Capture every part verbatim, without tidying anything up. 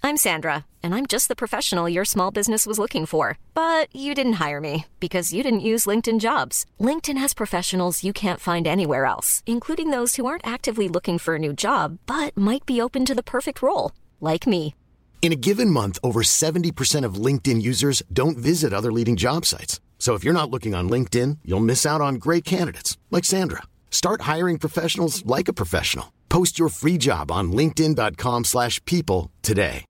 I'm Sandra, and I'm just the professional your small business was looking for. But you didn't hire me because you didn't use LinkedIn Jobs. LinkedIn has professionals you can't find anywhere else, including those who aren't actively looking for a new job, but might be open to the perfect role, like me. In a given month, over seventy percent of LinkedIn users don't visit other leading job sites. So if you're not looking on LinkedIn, you'll miss out on great candidates like Sandra. Start hiring professionals like a professional. Post your free job on linkedin.com slash people today.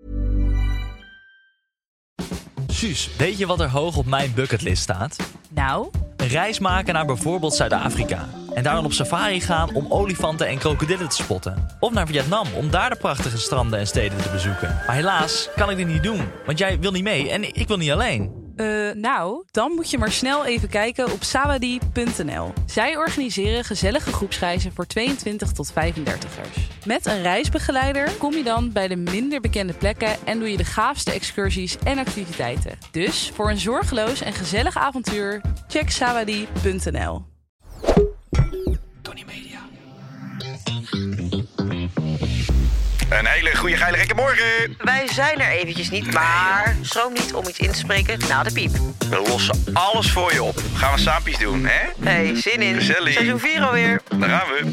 Suus, weet je wat er hoog op mijn bucketlist staat? Nou? Een reis maken naar bijvoorbeeld Zuid-Afrika. En daar dan op safari gaan om olifanten en krokodillen te spotten. Of naar Vietnam om daar de prachtige stranden en steden te bezoeken. Maar helaas kan ik dit niet doen, want jij wil niet mee en ik wil niet alleen. Uh, nou, dan moet je maar snel even kijken op sawadee punt n l. Zij organiseren gezellige groepsreizen voor tweeëntwintig tot vijfendertigers. Met een reisbegeleider kom je dan bij de minder bekende plekken en doe je de gaafste excursies en activiteiten. Dus voor een zorgeloos en gezellig avontuur, check sawadee punt n l. Tony Media. Een hele goede geile gekke morgen. Wij zijn er eventjes niet, maar schroom niet om iets in te spreken na de piep. We lossen alles voor je op. Gaan we saampjes doen, hè? Hey, zin in. Gezellig. Seizoen vier alweer. Daar gaan we.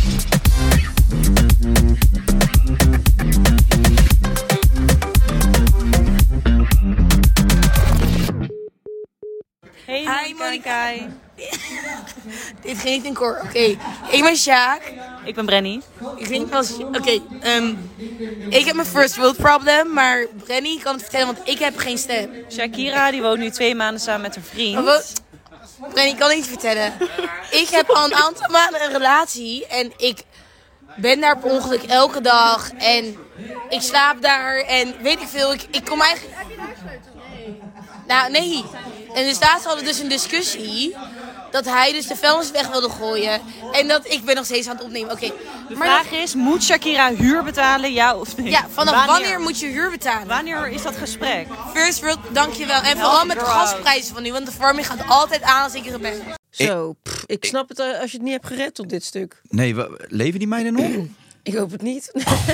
Hey, Hi Monika. Dit ging niet in koor. Oké, okay. Ik ben Sjaak. Ik ben Brenny. Ik vind pas. Oké, okay, um, ik heb mijn first world problem, maar Brenny kan het vertellen, want ik heb geen stem. Shakira die woont nu twee maanden samen met haar vriend. Oh, Brenny kan niet vertellen. Ik heb al een aantal maanden een relatie en ik ben daar per ongeluk elke dag en ik slaap daar en weet ik veel. Ik, ik kom eigenlijk. Nou, nee. En dus laatst hadden we dus een discussie dat hij dus de vuilnis weg wilde gooien. En dat ik ben nog steeds aan het opnemen. Oké. Okay. De vraag is, moet Shakira huur betalen, ja of nee? Ja, vanaf wanneer, wanneer moet je huur betalen? Wanneer is dat gesprek? First world, dankjewel. En vooral met de gasprijzen van nu, want de verwarming gaat altijd aan als ik er ben. Zo, pff, ik snap het als je het niet hebt gered tot dit stuk. Nee, we, leven die meiden nog? Ik hoop het niet.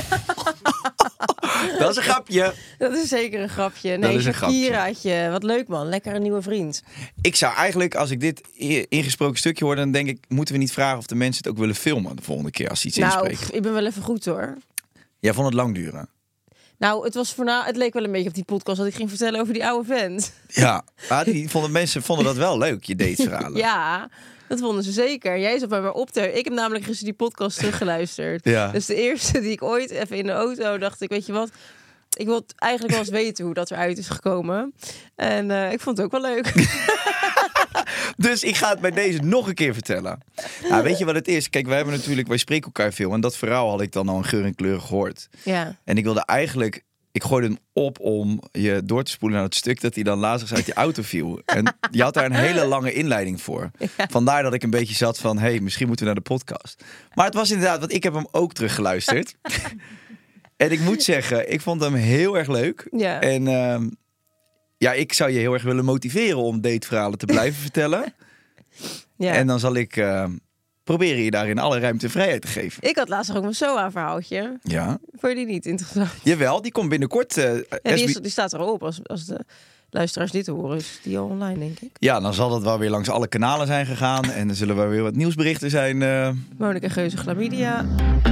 Dat is een grapje. Dat is zeker een grapje. Nee, Shakiraatje. Wat leuk man. Lekker een nieuwe vriend. Ik zou eigenlijk, als ik dit ingesproken stukje hoor, dan denk ik, moeten we niet vragen of de mensen het ook willen filmen de volgende keer als ze iets nou, inspreken. Nou, ik ben wel even goed hoor. Jij vond het lang duren? Nou, het was voorna, het leek wel een beetje op die podcast dat ik ging vertellen over die oude vent. Ja, maar die vonden, mensen vonden dat wel leuk, je dateverhalen. Ja, dat vonden ze zeker. Jij zat bij mij op te... Ik heb namelijk gisteren die podcast teruggeluisterd. Ja. Dus de eerste die ik ooit even in de auto dacht ik, weet je wat? Ik wil eigenlijk wel eens weten hoe dat eruit is gekomen. En uh, ik vond het ook wel leuk. Dus ik ga het bij deze nog een keer vertellen. Nou, weet je wat het is? Kijk, wij hebben natuurlijk, wij spreken elkaar veel. En dat verhaal had ik dan al in geur en kleur gehoord. Ja. En ik wilde eigenlijk, ik gooide hem op om je door te spoelen naar het stuk dat hij dan laatst uit die auto viel. En je had daar een hele lange inleiding voor. Ja. Vandaar dat ik een beetje zat van, hé, hey, misschien moeten we naar de podcast. Maar het was inderdaad, want ik heb hem ook teruggeluisterd. En ik moet zeggen, ik vond hem heel erg leuk. Ja. En uh, ja, ik zou je heel erg willen motiveren om dateverhalen te blijven vertellen. Ja. En dan zal ik uh, proberen je daarin alle ruimte en vrijheid te geven. Ik had laatst ook een S O A-verhaaltje. Ja. Vond je die niet interessant? Jawel, die komt binnenkort. Uh, ja, die, is, die staat erop als, als de luisteraars dit horen. Is die al online, denk ik. Ja, dan zal dat wel weer langs alle kanalen zijn gegaan. En er zullen wel weer wat nieuwsberichten zijn. Uh... Monika Geuze, Chlamydia.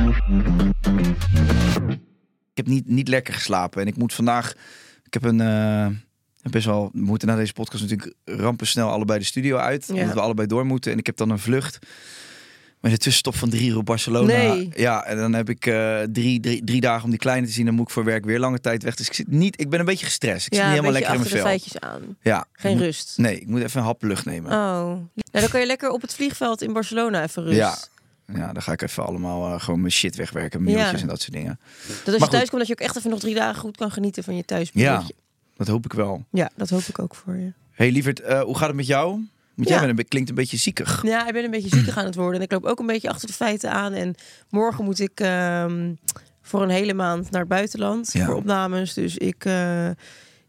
Ik heb niet, niet lekker geslapen. En ik moet vandaag... Ik heb een... Uh, best wel... We moeten na deze podcast natuurlijk rampensnel allebei de studio uit. Ja. Omdat we allebei door moeten. En ik heb dan een vlucht met een tussenstop van drie uur op Barcelona. Nee. Ja, en dan heb ik uh, drie, drie, drie dagen om die kleine te zien. Dan moet ik voor werk weer lange tijd weg. Dus ik zit niet... Ik ben een beetje gestrest. Ik ja, zit niet helemaal lekker in mijn mijn vel. Aan. Ja. Geen rust. Nee, ik moet even een hap lucht nemen. Oh. Nou, dan kan je lekker op het vliegveld in Barcelona even rust. Ja. Ja, dan ga ik even allemaal uh, gewoon mijn shit wegwerken. Mailtjes ja. en dat soort dingen. Dat als je thuis komt, dat je ook echt even nog drie dagen goed kan genieten van je thuisbuurtje. Ja, dat hoop ik wel. Ja, dat hoop ik ook voor je. Hey lieverd, uh, hoe gaat het met jou? Want ja. jij bent een, klinkt een beetje ziekig. Ja, ik ben een beetje ziekig aan het worden. En ik loop ook een beetje achter de feiten aan. En morgen moet ik uh, voor een hele maand naar het buitenland. Ja. Voor opnames. Dus ik... Uh,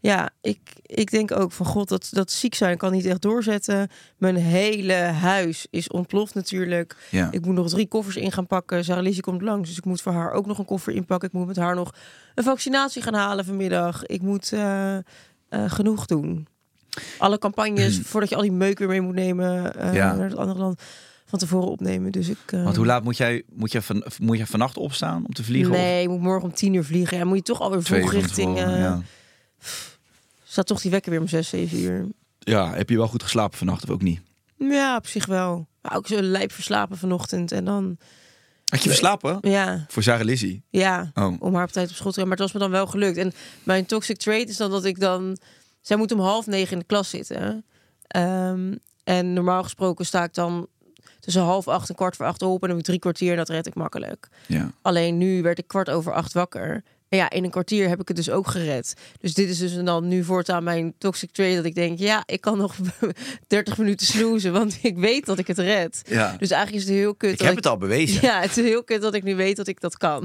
Ja, ik, ik denk ook van god, dat, dat ziek zijn kan niet echt doorzetten. Mijn hele huis is ontploft natuurlijk. Ja. Ik moet nog drie koffers in gaan pakken. Sarah Lizzie komt langs, dus ik moet voor haar ook nog een koffer inpakken. Ik moet met haar nog een vaccinatie gaan halen vanmiddag. Ik moet uh, uh, genoeg doen. Alle campagnes, voordat je al die meuk weer mee moet nemen uh, ja. naar het andere land, van tevoren opnemen. Dus ik, uh... Want hoe laat moet jij, moet jij, van, moet jij vannacht opstaan om te vliegen? Nee, of? ik moet morgen om tien uur vliegen. Ja, moet je toch alweer Twee vroeg uur richting... tevoren, Uh... ja. Staat toch die wekker weer om zes, zeven uur. Ja, heb je wel goed geslapen vannacht of ook niet? Ja, op zich wel. Maar ook zo lijp verslapen vanochtend. En dan... Had je verslapen? Ja. Voor Sarah Lizzie? Ja, oh. om haar op tijd op school te gaan. Maar het was me dan wel gelukt. En mijn toxic trait is dan dat ik dan... Zij moet om half negen in de klas zitten. Um, en normaal gesproken sta ik dan tussen half acht en kwart voor acht op. En dan heb ik drie kwartier en dat red ik makkelijk. Ja. Alleen nu werd ik kwart over acht wakker. En ja, in een kwartier heb ik het dus ook gered. Dus dit is dus dan nu voortaan mijn toxic trait. Dat ik denk, ja, ik kan nog dertig minuten snoezen. Want ik weet dat ik het red. Ja. Dus eigenlijk is het heel kut. Ik heb ik, het al bewezen. Ja, het is heel kut dat ik nu weet dat ik dat kan.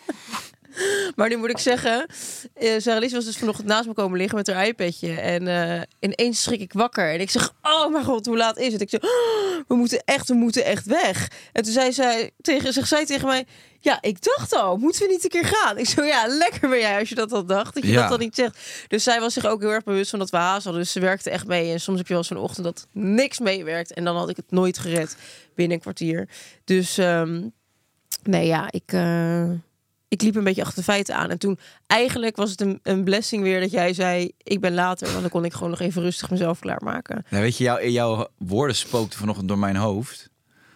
Maar nu moet ik zeggen, uh, Sarah Lizzie was dus vanochtend naast me komen liggen met haar iPadje. En uh, ineens schrik ik wakker. En ik zeg, oh mijn god, hoe laat is het? Ik zeg, oh, we moeten echt, we moeten echt weg. En toen zei zij tegen, zegt zij tegen mij, ja, ik dacht al, moeten we niet een keer gaan? Ik zo, ja, lekker ben jij als je dat al dacht, dat je ja. dat al niet zegt. Dus zij was zich ook heel erg bewust van dat we haast hadden. Dus ze werkte echt mee. En soms heb je wel eens zo'n ochtend dat niks meewerkt. En dan had ik het nooit gered binnen een kwartier. Dus um, nee, ja, ik... Uh, Ik liep een beetje achter de feiten aan. En toen eigenlijk was het een, een blessing weer dat jij zei, ik ben later. Want dan kon ik gewoon nog even rustig mezelf klaarmaken. Nou, weet je, jou, jouw woorden spookten vanochtend door mijn hoofd.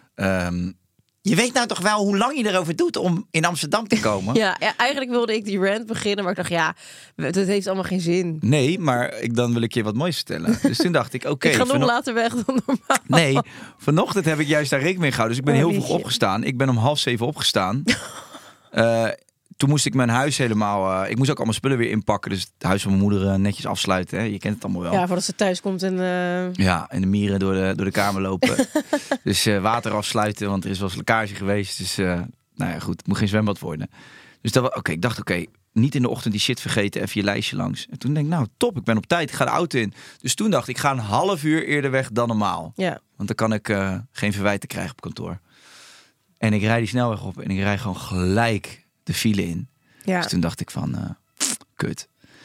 Um, je weet nou toch wel hoe lang je erover doet om in Amsterdam te komen? ja, ja, eigenlijk wilde ik die rant beginnen. Maar ik dacht, ja, dat heeft allemaal geen zin. Nee, maar ik, dan wil ik je wat moois vertellen. Dus toen dacht ik, oké. Okay, ik ga nog vano- later weg dan normaal. Nee, vanochtend heb ik juist daar rekening mee gehouden. Dus ik ben oh, heel vroeg opgestaan. Ik ben om half zeven opgestaan. uh, Toen moest ik mijn huis helemaal... Uh, ik moest ook allemaal spullen weer inpakken. Dus het huis van mijn moeder uh, netjes afsluiten. Hè. Je kent het allemaal wel. Ja, voordat ze thuis komt en... Uh... Ja, en de mieren door de, door de kamer lopen. Dus uh, water afsluiten, want er is wel eens lekkage geweest. Dus uh, nou ja, goed, het moet geen zwembad worden. Dus dat was... Oké, okay, ik dacht, oké, okay, niet in de ochtend die shit vergeten. Even je lijstje langs. En toen denk ik, nou top, ik ben op tijd. Ik ga de auto in. Dus toen dacht ik, ik ga een half uur eerder weg dan normaal. Ja. Want dan kan ik uh, geen verwijten krijgen op kantoor. En ik rijd die snelweg op en ik rijd gewoon gelijk de file in. Ja. Dus toen dacht ik van, uh, kut.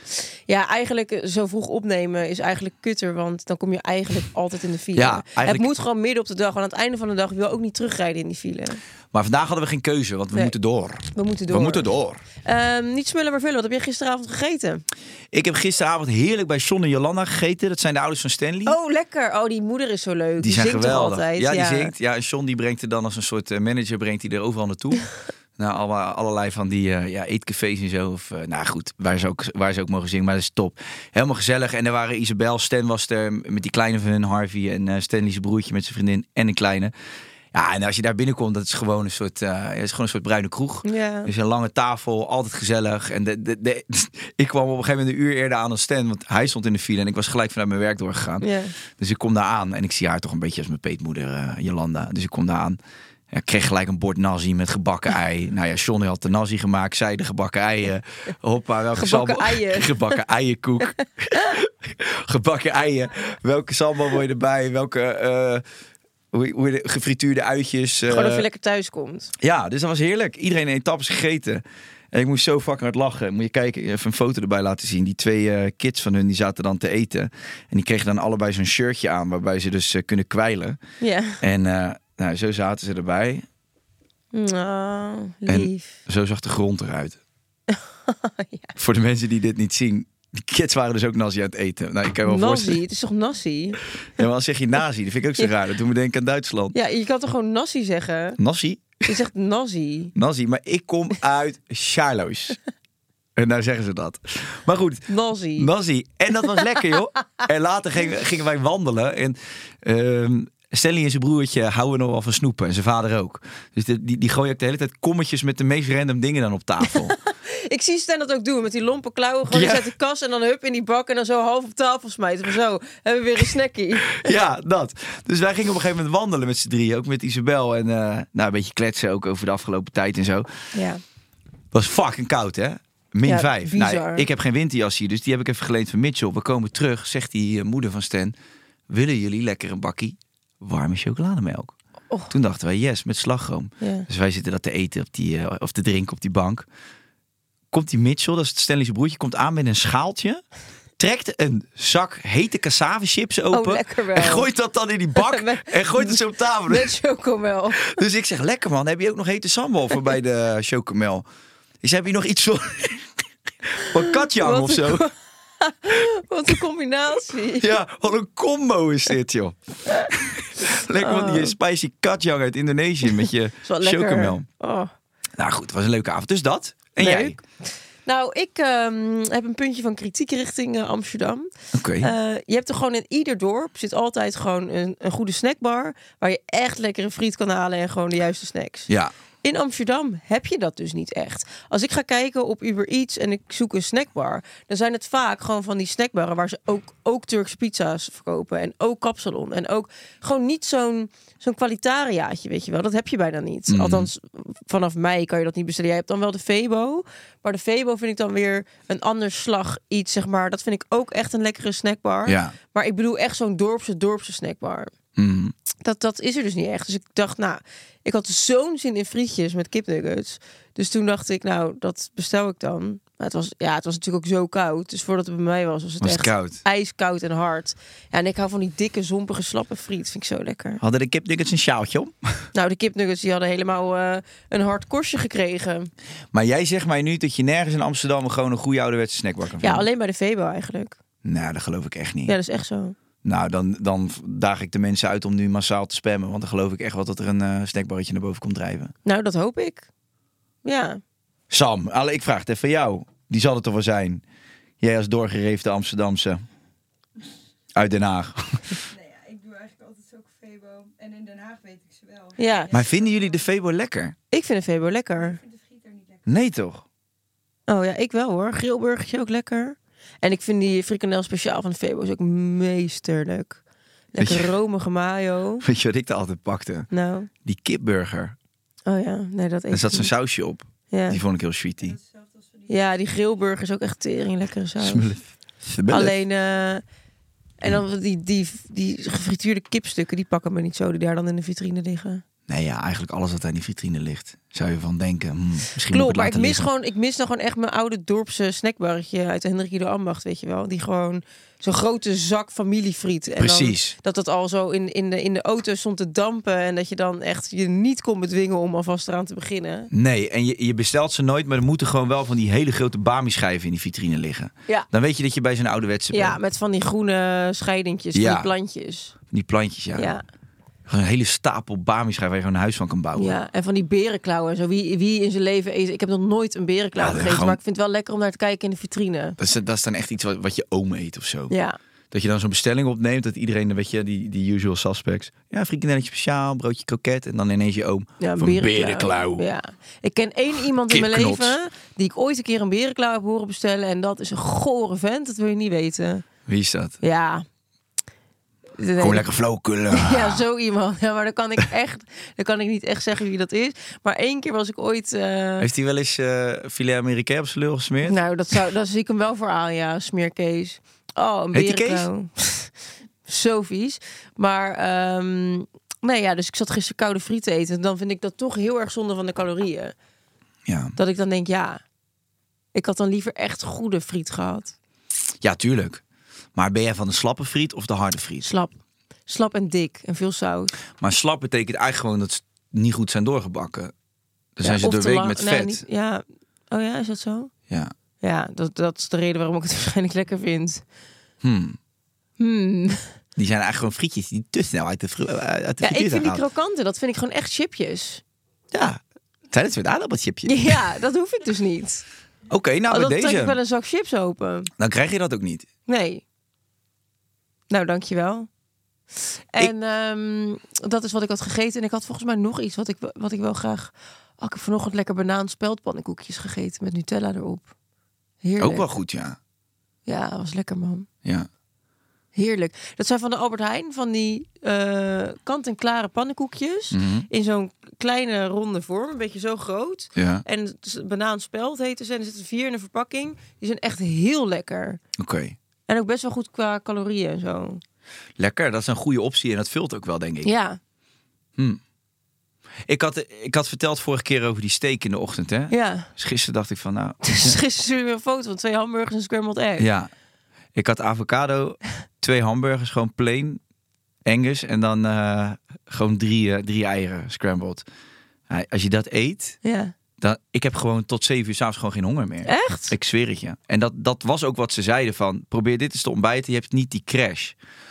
Ja, eigenlijk zo vroeg opnemen is eigenlijk kutter. Want dan kom je eigenlijk altijd in de file. Ja, eigenlijk... Het moet gewoon midden op de dag. Want aan het einde van de dag wil je ook niet terugrijden in die file. Maar vandaag hadden we geen keuze, want we nee. moeten door. We moeten door. We moeten door. Um, niet smullen maar vullen. Wat heb je gisteravond gegeten? Ik heb gisteravond heerlijk bij John en Jolanda gegeten. Dat zijn de ouders van Stanley. Oh, lekker. Oh, die moeder is zo leuk. Die, die zijn zingt geweldig. altijd. Ja, die ja. zingt. Ja, en John die brengt er dan als een soort manager, brengt hij er overal naartoe. Nou, alle, allerlei van die uh, ja, eetcafés en zo. Of, uh, nou goed, waar ze, ook, waar ze ook mogen zingen. Maar dat is top. Helemaal gezellig. En er waren Isabel, Stan was er met die kleine van hun, Harvey. En uh, Stanley's broertje met zijn vriendin en een kleine. Ja, en als je daar binnenkomt, dat is gewoon een soort, uh, het is gewoon een soort bruine kroeg. Ja. Dus een lange tafel, altijd gezellig. En de, de, de, ik kwam op een gegeven moment een uur eerder aan dan Stan, want hij stond in de file en ik was gelijk vanuit mijn werk doorgegaan. Ja. Dus ik kom daar aan en ik zie haar toch een beetje als mijn peetmoeder, uh, Jolanda. Dus ik kom daar aan. Ja, ik kreeg gelijk een bord nasi met gebakken ei. Nou ja, Johnny had de nasi gemaakt, zij de gebakken eieren. Hoppa, welke gebakken sambal... eieren. Gebakken eierkoek. Gebakken eieren. Welke sambal wil je erbij? Welke... Uh, Hoe, hoe de gefrituurde uitjes. Uh... Gewoon dat je lekker thuis komt. Ja, dus dat was heerlijk. Iedereen in etappes gegeten. En ik moest zo fucking hard lachen. Moet je kijken, even een foto erbij laten zien. Die twee uh, kids van hun, die zaten dan te eten. En die kregen dan allebei zo'n shirtje aan, waarbij ze dus uh, kunnen kwijlen. Ja. En uh, nou, zo zaten ze erbij. Oh, lief. En zo zag de grond eruit. Ja. Voor de mensen die dit niet zien. Die kids waren dus ook nasi aan het eten. Nou, ik kan wel nasi, voorstellen. het is toch nasi? Ja, maar dan zeg je nazi, dat vind ik ook zo Ja. raar. Dat doet me denken aan Duitsland. Ja, je kan toch gewoon nasi zeggen? Nasi? Je zegt nasi. Nazi, maar ik kom uit Charloes. En daar zeggen ze dat. Maar goed. Nasi. Nazi. En dat was lekker, joh. En later gingen, gingen wij wandelen. En uh, Stanley en zijn broertje houden nog wel van snoepen. En zijn vader ook. Dus die, die, die gooien ook de hele tijd kommetjes met de meest random dingen dan op tafel. Ik zie Stan dat ook doen. Met die lompe klauwen. Gewoon Ja. uit de kast en dan hup in die bak. En dan zo half op tafel smijten. Maar zo, hebben we weer een snackie. Ja, dat. Dus wij gingen op een gegeven moment wandelen met z'n drieën. Ook met Isabel. En uh, nou, een beetje kletsen ook over de afgelopen tijd en zo. Ja. Het was fucking koud, hè? Min Ja, vijf. bizar. Nou, ik heb geen winterjas hier, dus die heb ik even geleend van Mitchell. We komen terug, zegt die uh, moeder van Stan... willen jullie lekker een bakkie warme chocolademelk? Oh. Toen dachten wij, yes, met slagroom. Ja. Dus wij zitten dat te eten op die, uh, of te drinken op die bank. Komt die Mitchell, dat is het Stanley's broertje, komt aan met een schaaltje... trekt een zak hete cassave-chips open... Oh, lekker wel. en gooit dat dan in die bak Met- en gooit het zo op tafel. Met chocomel. Dus ik zeg, lekker man, heb je ook nog hete sambal voor bij de chocomel? Ik zei, heb je nog iets voor, voor katjang Wat of een zo? co- Wat een combinatie. Ja, wat een combo is dit, joh. Lekker van die Oh. spicy katjang uit Indonesië met je Is wel lekker. chocomel. Oh. Nou goed, het was een leuke avond. Dus dat. En Leuk. jij? Nou, ik ehm, heb een puntje van kritiek richting uh, Amsterdam. Oké. Uh, je hebt er gewoon in ieder dorp zit altijd gewoon een, een goede snackbar waar je echt lekkere friet kan halen en gewoon de juiste snacks. Ja. In Amsterdam heb je dat dus niet echt. Als ik ga kijken op Uber Eats en ik zoek een snackbar, dan zijn het vaak gewoon van die snackbarren waar ze ook, ook Turkse pizza's verkopen en ook kapsalon en ook gewoon niet zo'n zo'n kwalitariaatje, weet je wel. Dat heb je bijna niet. Mm. Althans, vanaf mei kan je dat niet bestellen. Jij hebt dan wel de Febo, maar de Febo vind ik dan weer een ander slag iets, zeg maar. Dat vind ik ook echt een lekkere snackbar. Ja. Maar ik bedoel echt zo'n dorpse, dorpse snackbar. Mm. Dat, dat is er dus niet echt. Dus ik dacht, nou, ik had zo'n zin in frietjes met kipnuggets. Dus toen dacht ik, nou, dat bestel ik dan. Maar het was, ja, het was natuurlijk ook zo koud. Dus voordat het bij mij was, was het Was het echt koud? ijskoud en hard. Ja, en ik hou van die dikke, zompige, slappe friet. Vind ik zo lekker. Hadden de kipnuggets een sjaaltje om? Nou, de kipnuggets die hadden helemaal uh, een hard korstje gekregen. Maar jij zegt mij nu dat je nergens in Amsterdam gewoon een goede ouderwetse snackbar kan Ja, vinden. alleen bij de Febo eigenlijk. Nou, dat geloof ik echt niet. Ja, dat is echt zo. Nou, dan, dan daag ik de mensen uit om nu massaal te spammen. Want dan geloof ik echt wel dat er een uh, snackbarretje naar boven komt drijven. Nou, dat hoop ik. Ja. Sam, alle, ik vraag het even van jou. Die zal het toch wel zijn. Jij als doorgereefde Amsterdamse. Uit Den Haag. Nee, ja, ik doe eigenlijk altijd ook Febo. En in Den Haag weet ik ze wel. Ja. Maar vinden jullie de Febo lekker? Ik vind de Febo lekker. Ik vind de friet er niet lekker. Nee toch? Oh ja, ik wel hoor. Grillburgertje ook lekker. En ik vind die frikandel speciaal van de Febo's ook meesterlijk. Lekker Weet je- romige mayo. Weet je wat ik er altijd pakte? Nou, Die kipburger. oh ja, nee, dat eet Er zat ik zo'n niet. sausje op. Ja. Die vond ik heel sweetie. Ja, die grillburger is ook echt tering lekkere saus. Smulf. Smulf. Alleen, eh, en dan die, die, die gefrituurde kipstukken, die pakken me niet zo, die daar dan in de vitrine liggen. Nee, ja, eigenlijk alles wat daar in die vitrine ligt. Zou je van denken, hmm, misschien moet Klopt, ik maar het ik laten mis, liggen. gewoon, ik mis dan gewoon echt mijn oude dorpse snackbarretje uit de Hendrik Ido Ambacht, weet je wel. Die gewoon zo'n grote zak familiefriet. En Precies. Dan, dat dat al zo in, in, de, in de auto stond te dampen en dat je dan echt je niet kon bedwingen om alvast eraan te beginnen. Nee, en je, je bestelt ze nooit, maar er moeten gewoon wel van die hele grote bami-schijven in die vitrine liggen. Ja. Dan weet je dat je bij zo'n ouderwetse Ja, bent. met van die groene scheidingjes, Ja. van die plantjes. Die plantjes, ja. Ja. Gewoon een hele stapel bami-schijven waar je gewoon een huis van kan bouwen. Ja, en van die berenklauwen en zo. Wie, wie in zijn leven eet. Ik heb nog nooit een berenklauw Ja, dat gegeten, gewoon- maar ik vind het wel lekker om naar te kijken in de vitrine. Dat is, dat is dan echt iets wat, wat je oom eet of zo. Ja. Dat je dan zo'n bestelling opneemt, dat iedereen, weet je, die, die usual suspects. Ja, frikandelletje speciaal, broodje kroket en dan ineens je oom. Ja, een van berenklauw. berenklauw. Ja. Ik ken één iemand in mijn Kipknots. leven die ik ooit een keer een berenklauw heb horen bestellen. En dat is een gore vent, dat wil je niet weten. Wie is dat? Ja. Gewoon lekker flauwkullen. Ja, zo iemand. Ja, maar dan kan ik echt, dan kan ik niet echt zeggen wie dat is. Maar één keer was ik ooit. eh, Heeft hij wel eens eh filet Amerikaan op zijn lul gesmeerd? Nou, dat zou, daar zie ik hem wel voor aan, ja, smeerkees. Oh, een Heet die berenklauw. Zo vies. Maar, ehm, nee, ja, dus ik zat gisteren koude friet te eten. En dan vind ik dat toch heel erg zonde van de calorieën. Ja. Dat ik dan denk, ja, ik had dan liever echt goede friet gehad. Ja, tuurlijk. Maar ben jij van de slappe friet of de harde friet? Slap. Slap en dik en veel saus. Maar slap betekent eigenlijk gewoon dat ze niet goed zijn doorgebakken. Dan Ja, zijn ze of te doorweekt lang- met nee, vet. niet- ja. Oh ja, is dat zo? Ja. Ja, dat, dat is de reden waarom ik het waarschijnlijk lekker vind. Hmm. Hmm. Die zijn eigenlijk gewoon frietjes die te snel uit de, fru- uit de Ja, ik frituur vind die gehaald. krokanten, dat vind ik gewoon echt chipjes. Ja, zijn het soort aardappelchipjes. Ja, dat hoef ik dus niet. Oké, nou Oh, met dan trek ik wel deze. een zak chips open. Dan krijg je dat ook niet. Nee. Nou, dankjewel. En ehm, dat is wat ik had gegeten. En ik had volgens mij nog iets wat ik, wat ik wel graag... Oh, ik heb vanochtend lekker banaan speldpannenkoekjes gegeten met Nutella erop. Heerlijk. Ook wel goed, ja. Ja, dat was lekker, man. Ja. Heerlijk. Dat zijn van de Albert Heijn, van die uh, kant-en-klare pannenkoekjes. Mm-hmm. In zo'n kleine ronde vorm, een beetje zo groot. Ja. En banaanspeld heten ze. En er zitten vier in een verpakking. Die zijn echt heel lekker. Oké. Okay. En ook best wel goed qua calorieën en zo. Lekker, dat is een goede optie en dat vult ook wel, denk ik. Ja. Hm. Ik had, ik had verteld vorige keer over die steak in de ochtend, hè? Ja. Dus gisteren dacht ik van, nou... Dus gisteren stuurde een foto van twee hamburgers en scrambled egg. Ja. Ik had avocado, twee hamburgers, gewoon plain, Angus. En dan uh, gewoon drie, uh, drie eieren, scrambled. Uh, als je dat eet... Ja. Dan, ik heb gewoon tot zeven uur 's avonds gewoon geen honger meer. Echt? Ik zweer het je. En dat, dat was ook wat ze zeiden van... probeer dit eens te ontbijten, je hebt niet die crash.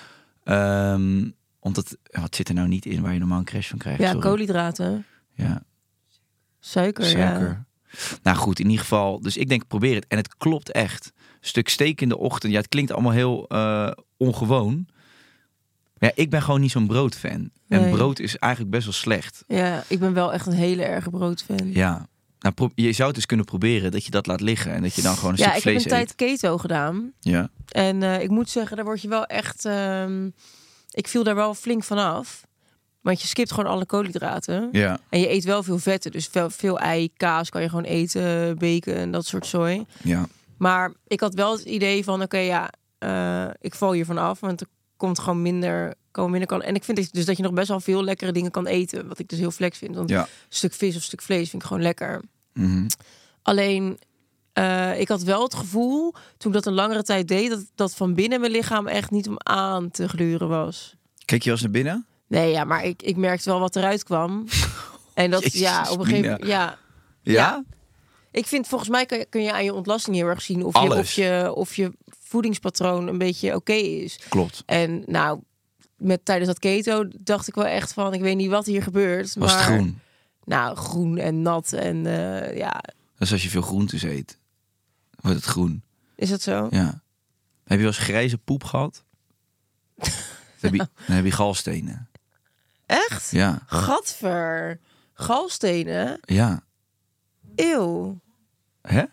Um, omdat, wat zit er nou niet in waar je normaal een crash van krijgt? Ja, Sorry. koolhydraten. Ja. Suiker, Suiker. ja. Nou goed, in ieder geval. Dus ik denk, probeer het. En het klopt echt. Een stuk steak in de ochtend. Ja, het klinkt allemaal heel uh, ongewoon. Ja, ik ben gewoon niet zo'n broodfan. Nee. En brood is eigenlijk best wel slecht. Ja, ik ben wel echt een hele erge broodfan. Ja. Nou, pro- je zou het eens kunnen proberen dat je dat laat liggen. En dat je dan gewoon een ja, stuk vlees eet. Ja, ik heb een tijd keto gedaan. Ja. En uh, ik moet zeggen, daar word je wel echt... Um, ik viel daar wel flink van af. Want je skipt gewoon alle koolhydraten. Ja. En je eet wel veel vetten. Dus veel, veel ei, kaas kan je gewoon eten. Bacon en dat soort zooi. Ja. Maar ik had wel het idee van... Oké, okay, ja, uh, ik val hier vanaf. Want er komt gewoon minder... Komen minder kan. En ik vind dus dat je nog best wel veel lekkere dingen kan eten. Wat ik dus heel flex vind. Want ja. een stuk vis of een stuk vlees vind ik gewoon lekker. Mm-hmm. Alleen... Uh, ik had wel het gevoel, toen ik dat een langere tijd deed... dat dat van binnen mijn lichaam echt niet om aan te gluren was. Kijk je wel eens naar binnen? Nee, ja, maar ik, ik merkte wel wat eruit kwam. En dat, Jezus, ja, op een gegeven moment... Ja, ja? ja. Ik vind, volgens mij kun je, kun je aan je ontlasting heel erg zien... of, je, of, je, of je voedingspatroon een beetje oké okay is. Klopt. En nou, met, tijdens dat keto dacht ik wel echt van... ik weet niet wat hier gebeurt. Was maar, het groen? Nou, groen en nat en uh, ja... Dus als je veel groentes eet, wordt het groen. Is dat zo? Ja. Heb je wel eens grijze poep gehad? Dan heb je, dan heb je galstenen. Echt? Ja. Gadver. Galstenen? Ja. Eeuw. Hè?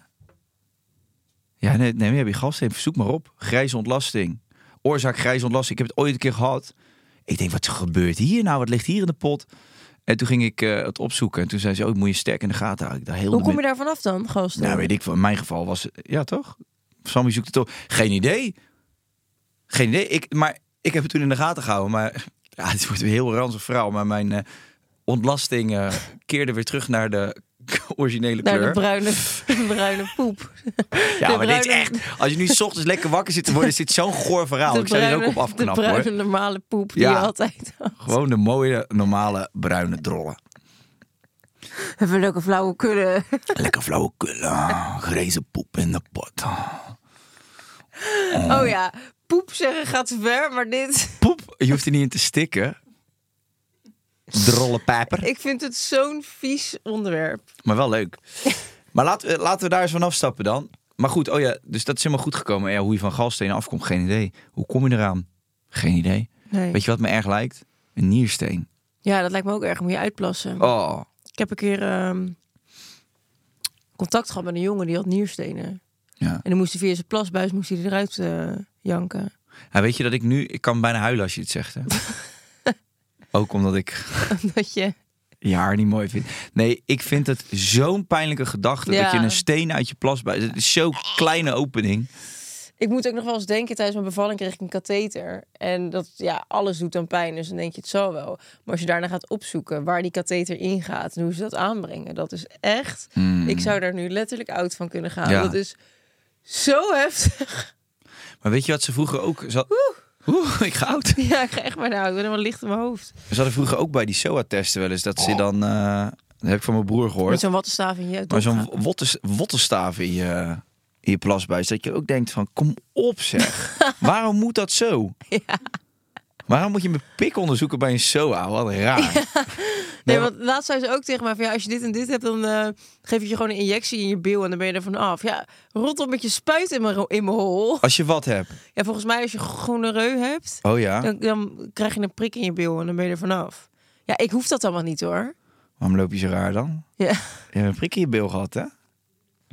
Ja, nee, nee, heb je galstenen. Zoek maar op. Grijze ontlasting. Oorzaak grijze ontlasting. Ik heb het ooit een keer gehad. Ik denk, wat gebeurt hier nou? Wat ligt hier in de pot? En toen ging ik uh, het opzoeken. En toen zei ze, oh, moet je sterk in de gaten houden. Ik dacht, heel Hoe kom je met... daar vanaf dan, gasten? Nou, weet ik, in mijn geval was het... Ja, toch? Sammy zoekt het op. Geen idee. Geen idee. Ik, maar ik heb het toen in de gaten gehouden. Maar ja, het wordt weer heel ranzig verhaal. Maar mijn uh, ontlasting uh, keerde weer terug naar de originele kleur. Naar de bruine, bruine poep. Ja, de maar bruine... dit is echt... Als je nu 's ochtends lekker wakker zit te worden, is dit zo'n goor verhaal. De ik zou bruine, er ook op afknappen, de bruine hoor. normale poep die ja, je altijd had. Gewoon de mooie, normale, bruine drollen. Even een leuke flauwe kudde. Lekker flauwe kudde. Grijze poep in de pot. Oh. oh ja, poep zeggen gaat ver, maar dit... Poep, je hoeft er niet in te stikken. Drollenpijper. Ik vind het zo'n vies onderwerp. Maar wel leuk. Maar laten we, laten we daar eens van afstappen dan. Maar goed, oh ja, dus dat is helemaal goed gekomen. Ja, hoe je van galstenen afkomt, geen idee. Hoe kom je eraan? Geen idee. Nee. Weet je wat me erg lijkt? Een niersteen. Ja, dat lijkt me ook erg. Moet je uitplassen. Oh. Ik heb een keer um, contact gehad met een jongen die had nierstenen. Ja. En dan moest hij via zijn plasbuis moest hij eruit uh, janken. Ja, weet je dat ik nu... Ik kan bijna huilen als je het zegt, hè? Ook omdat ik... dat je... je haar niet mooi vindt. Nee, ik vind het zo'n pijnlijke gedachte... Ja. dat je een steen uit je plasbuis... Het is zo'n kleine opening. Ik moet ook nog wel eens denken... tijdens mijn bevalling kreeg ik een katheter. En dat, ja, alles doet dan pijn. Dus dan denk je, het zal wel. Maar als je daarna gaat opzoeken... waar die katheter in gaat... en hoe ze dat aanbrengen... dat is echt... Mm. Ik zou daar nu letterlijk oud van kunnen gaan. Ja. Dat is zo heftig. Maar weet je wat ze vroeger ook... Ze had... Oeh, ik ga oud. Ja, ik ga echt maar oud. Ik ben helemaal licht in mijn hoofd. Ze hadden vroeger ook bij die S O A-testen wel eens... dat ze dan... Uh, dat heb ik van mijn broer gehoord. Met zo'n wattenstaaf in je Maar zo'n wottes, wottenstaaf in je, in je plasbuis. Dat je ook denkt van, kom op zeg. Waarom moet dat zo? Ja. Waarom moet je mijn pik onderzoeken bij een S O A? Wat raar. Ja. Nee, want laatst zei ze ook tegen mij van ja, als je dit en dit hebt, dan uh, geef je je gewoon een injectie in je bil en dan ben je er vanaf. Ja, rot op met je spuit in mijn, in mijn hol. Als je wat hebt? Ja, volgens mij als je gewoon een reu hebt, oh ja? dan, dan krijg je een prik in je bil en dan ben je er vanaf. Ja, ik hoef dat allemaal niet hoor. Waarom loop je zo raar dan? Ja. Je hebt een prik in je bil gehad, hè?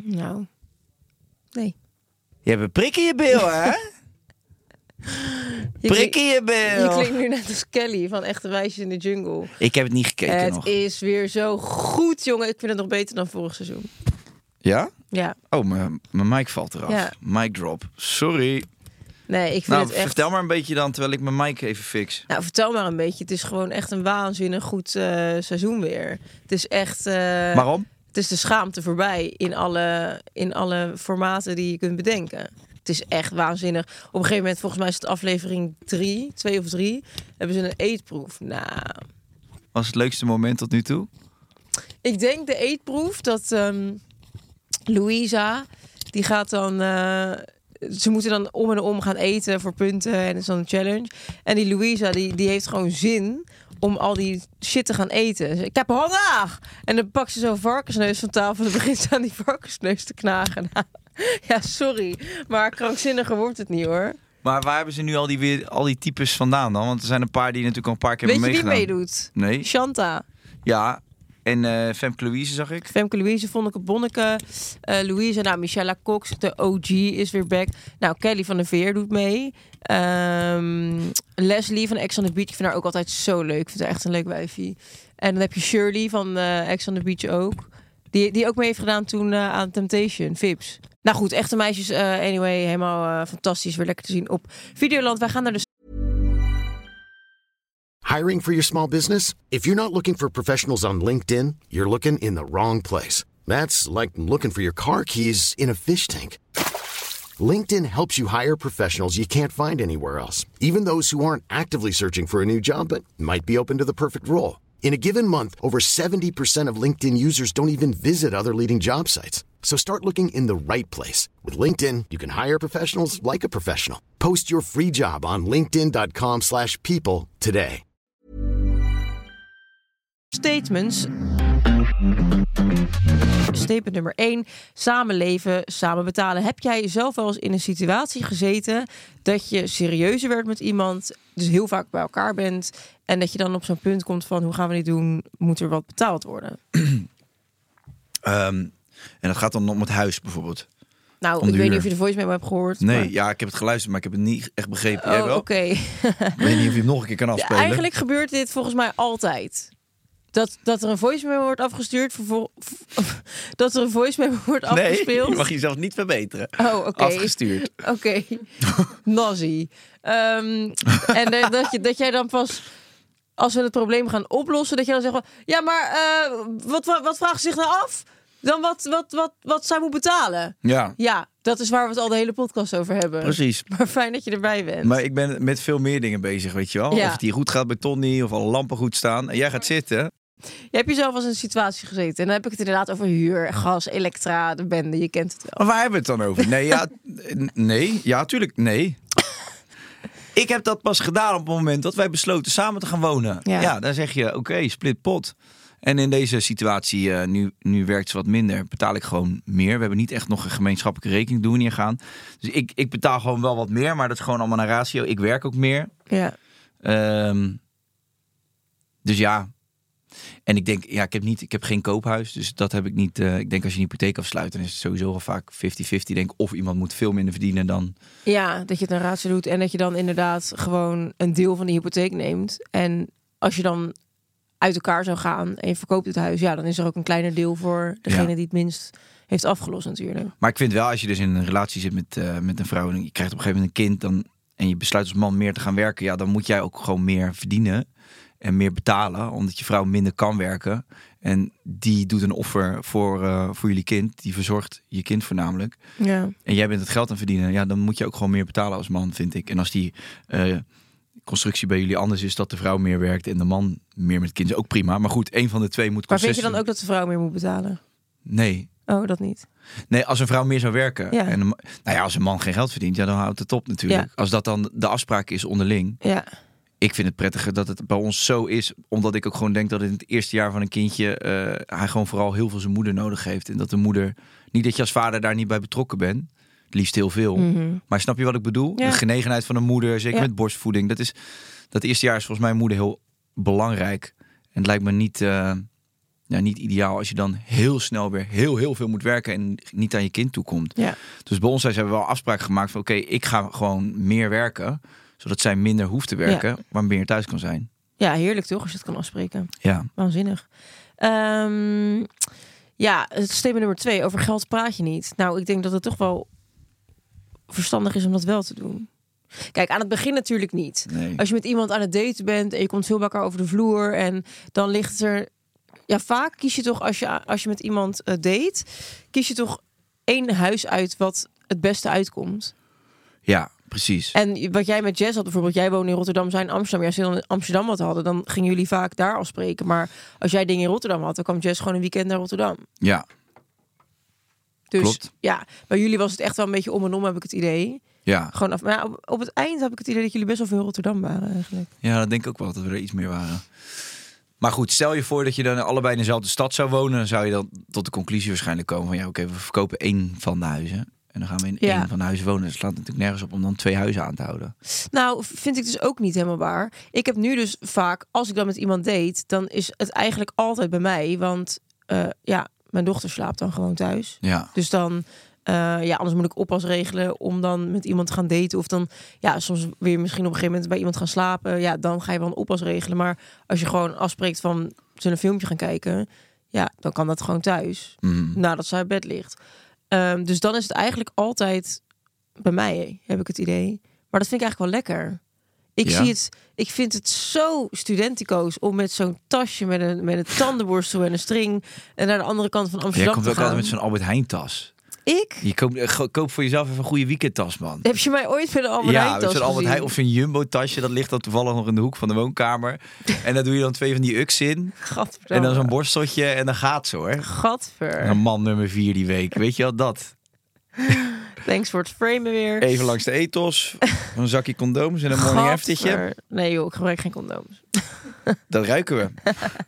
Nou, nee. Je hebt een prik in je bil, hè? Je Prik klink- in je bel. Je klinkt nu net als Kelly van Echte Meisjes in de Jungle. Ik heb het niet gekeken Het nog. is weer zo goed, jongen. Ik vind het nog beter dan vorig seizoen. Ja? Ja. Oh, mijn mijn mic valt eraf. Ja. Mic drop. Sorry. Nee, ik vind Nou, het echt... vertel maar een beetje dan, terwijl ik mijn mic even fix. Nou, vertel maar een beetje. Het is gewoon echt een waanzinnig goed uh, seizoen weer. Het is echt... Uh, Waarom? Het is de schaamte voorbij in alle, in alle formaten die je kunt bedenken. Het is echt waanzinnig. Op een gegeven moment, volgens mij is het aflevering drie, twee of drie, hebben ze een eetproef. Nou... Was het leukste moment tot nu toe? Ik denk de eetproef dat um, Louisa, die gaat dan... Uh, ze moeten dan om en om gaan eten voor punten en het is dan een challenge. En die Louisa, die, die heeft gewoon zin om al die shit te gaan eten. Ik heb honger! En dan pakt ze zo'n varkensneus van tafel en dan begint ze aan die varkensneus te knagen. Nou, ja, sorry, maar krankzinniger wordt het niet, hoor. Maar waar hebben ze nu al die, weer, al die types vandaan dan? Want er zijn een paar die natuurlijk al een paar keer Weet hebben je wie meegedaan. meedoet? Nee. Shanta. Ja, en uh, Femke Louise zag ik. Femke Louise, Vonneke Bonneke, uh, Louise, nou, Michelle Cox, de O G is weer back. Nou, Kelly van der Veer doet mee. Um, Leslie van Ex on the Beach, ik vind haar ook altijd zo leuk. Ik vind haar echt een leuk wijfie. En dan heb je Shirley van uh, Ex on the Beach ook. Die, die ook mee heeft gedaan toen uh, aan Temptation, Vips. Nou goed, Echte Meisjes, uh, anyway, helemaal uh, fantastisch. Weer lekker te zien op Videoland. Wij gaan naar de... Hiring for your small business? If you're not looking for professionals on LinkedIn, you're looking in the wrong place. That's like looking for your car keys in a fish tank. LinkedIn helps you hire professionals you can't find anywhere else, even those who aren't actively searching for a new job but might be open to the perfect role. In a given month, over seventy percent of LinkedIn users don't even visit other leading job sites. So start looking in the right place. With LinkedIn, you can hire professionals like a professional. Post your free job on linkedin.com slash people today. Statements. Statement nummer één. Samenleven, samen betalen. Heb jij zelf wel eens in een situatie gezeten dat je serieuzer werd met iemand, dus heel vaak bij elkaar bent, en dat je dan op zo'n punt komt van, hoe gaan we dit doen? Moet er wat betaald worden? um, en dat gaat dan om het huis bijvoorbeeld. Nou, ik weet niet of je de voice memo hebt gehoord. Nee, maar... ja, ik heb het geluisterd, maar ik heb het niet echt begrepen. Oh, Jij wel? Oké. Okay. Ik weet niet of je hem nog een keer kan afspelen. Ja, eigenlijk gebeurt dit volgens mij altijd. Dat, dat er een voice memo wordt afgestuurd, vervol... dat er een voice memo wordt afgespeeld. Nee, je mag jezelf niet verbeteren. Oh, oké. Okay. Afgestuurd. Oké. Okay. Nazi. Um, en de, dat, je, dat jij dan pas, als we het probleem gaan oplossen, dat je dan zegt, ja, maar uh, wat, wat, wat vraagt zich nou af? Dan wat, wat, wat, wat zij moet betalen. Ja. Ja, dat is waar we het al de hele podcast over hebben. Precies. Maar fijn dat je erbij bent. Maar ik ben met veel meer dingen bezig, weet je wel. Ja. Of het hier goed gaat bij Tony, of alle lampen goed staan. En jij gaat zitten. Je hebt jezelf als een situatie gezeten. En dan heb ik het inderdaad over huur, gas, elektra, de bende. Je kent het wel. Maar waar hebben we het dan over? Nee, ja, nee, ja, tuurlijk, nee. Ik heb dat pas gedaan op het moment dat wij besloten samen te gaan wonen. Ja, ja dan zeg je, oké, okay, split pot. En in deze situatie, uh, nu, nu werkt ze wat minder, betaal ik gewoon meer. We hebben niet echt nog een gemeenschappelijke rekening, doen we niet gaan. Dus ik, ik betaal gewoon wel wat meer, maar dat is gewoon allemaal naar ratio. Ik werk ook meer. Ja. Um, dus ja. En ik denk, ja, ik heb, niet, ik heb geen koophuis, dus dat heb ik niet. Uh, ik denk als je een hypotheek afsluit, dan is het sowieso al vaak vijftig vijftig. Denk of iemand moet veel minder verdienen dan. Ja, dat je het een ratio doet en dat je dan inderdaad gewoon een deel van de hypotheek neemt. En als je dan uit elkaar zou gaan en je verkoopt het huis, ja, dan is er ook een kleiner deel voor degene ja. die het minst heeft afgelost natuurlijk. Maar ik vind wel, als je dus in een relatie zit met, uh, met een vrouw en je krijgt op een gegeven moment een kind, dan, en je besluit als man meer te gaan werken, ja, dan moet jij ook gewoon meer verdienen en meer betalen, omdat je vrouw minder kan werken. En die doet een offer voor, uh, voor jullie kind. Die verzorgt je kind voornamelijk. Ja. En jij bent het geld aan verdienen. Ja, dan moet je ook gewoon meer betalen als man, vind ik. En als die uh, constructie bij jullie anders is, dat de vrouw meer werkt en de man meer met kind, is ook prima. Maar goed, één van de twee moet. Maar vind je dan ook dat de vrouw meer moet betalen? Nee. Oh, dat niet? Nee, als een vrouw meer zou werken. Ja. En een, nou ja, als een man geen geld verdient, ja, dan houdt het op natuurlijk. Ja. Als dat dan de afspraak is onderling. Ja. Ik vind het prettiger dat het bij ons zo is, omdat ik ook gewoon denk dat in het eerste jaar van een kindje uh, hij gewoon vooral heel veel zijn moeder nodig heeft. En dat de moeder, niet dat je als vader daar niet bij betrokken bent, het liefst heel veel. Mm-hmm. Maar snap je wat ik bedoel? Ja. De genegenheid van een moeder, zeker ja. met borstvoeding. Dat is, dat eerste jaar is volgens mij moeder heel belangrijk. En het lijkt me niet, uh, ja, niet ideaal als je dan heel snel weer heel, heel veel moet werken en niet aan je kind toekomt. Ja. Dus bij ons hebben we wel afspraken gemaakt van oké, okay, ik ga gewoon meer werken, Zodat zij minder hoeft te werken, ja. maar meer thuis kan zijn. Ja, heerlijk toch, als je het kan afspreken. Ja. Waanzinnig. Um, ja, het statement nummer twee. Over geld praat je niet. Nou, ik denk dat het toch wel verstandig is om dat wel te doen. Kijk, aan het begin natuurlijk niet. Nee. Als je met iemand aan het daten bent en je komt veel bij elkaar over de vloer en dan ligt er... Ja, vaak kies je toch, als je, als je met iemand uh, date, kies je toch één huis uit wat het beste uitkomt. Ja, precies. En wat jij met Jess had bijvoorbeeld, jij woonde in Rotterdam, zij in Amsterdam. Ja, als jullie in Amsterdam wat hadden, dan gingen jullie vaak daar afspreken. Maar als jij dingen in Rotterdam had, dan kwam Jess gewoon een weekend naar Rotterdam. Ja. Dus klopt. Ja, bij jullie was het echt wel een beetje om en om, heb ik het idee. Ja. Gewoon af. Maar ja, op, op het eind heb ik het idee dat jullie best wel veel in Rotterdam waren eigenlijk. Ja, dat denk ik ook wel, dat we er iets meer waren. Maar goed, stel je voor dat je dan allebei in dezelfde stad zou wonen, dan zou je dan tot de conclusie waarschijnlijk komen van ja, oké, okay, we verkopen één van de huizen. En dan gaan we in ja. één van de huizen wonen. Het slaat natuurlijk nergens op om dan twee huizen aan te houden. Nou, vind ik dus ook niet helemaal waar. Ik heb nu dus vaak, als ik dan met iemand date, dan is het eigenlijk altijd bij mij. Want uh, ja, mijn dochter slaapt dan gewoon thuis. Ja. Dus dan, uh, ja, anders moet ik oppas regelen om dan met iemand te gaan daten. Of dan, ja, soms weer misschien op een gegeven moment bij iemand gaan slapen. Ja, dan ga je wel een oppas regelen. Maar als je gewoon afspreekt van, zullen we een filmpje gaan kijken? Ja, dan kan dat gewoon thuis. Mm. Nadat zij uit bed ligt. Um, dus dan is het eigenlijk altijd bij mij, heb ik het idee. Maar dat vind ik eigenlijk wel lekker. Ik ja. zie het, ik vind het zo studenticoos om met zo'n tasje met een, met een tandenborstel en een string en naar de andere kant van Amsterdam te gaan. Jij komt ook altijd met zo'n Albert Heijn tas. Ik? Je koopt, koop voor jezelf even een goede weekendtas, man. Heb je mij ooit met een Albert Heijn tas Ja, met zo'n Albert Heijn of zo'n Jumbo-tasje. Dat ligt dan toevallig nog in de hoek van de woonkamer. En dan doe je dan twee van die uks in. Gadverdamme. En dan zo'n borsteltje en dan gaat zo, hoor. Gadver. Een man nummer vier die week. Weet je wat dat? Thanks voor het framen weer. Even langs de ethos. Een zakje condooms en een morning aftertje. Nee joh, ik gebruik geen condooms. Dat ruiken we.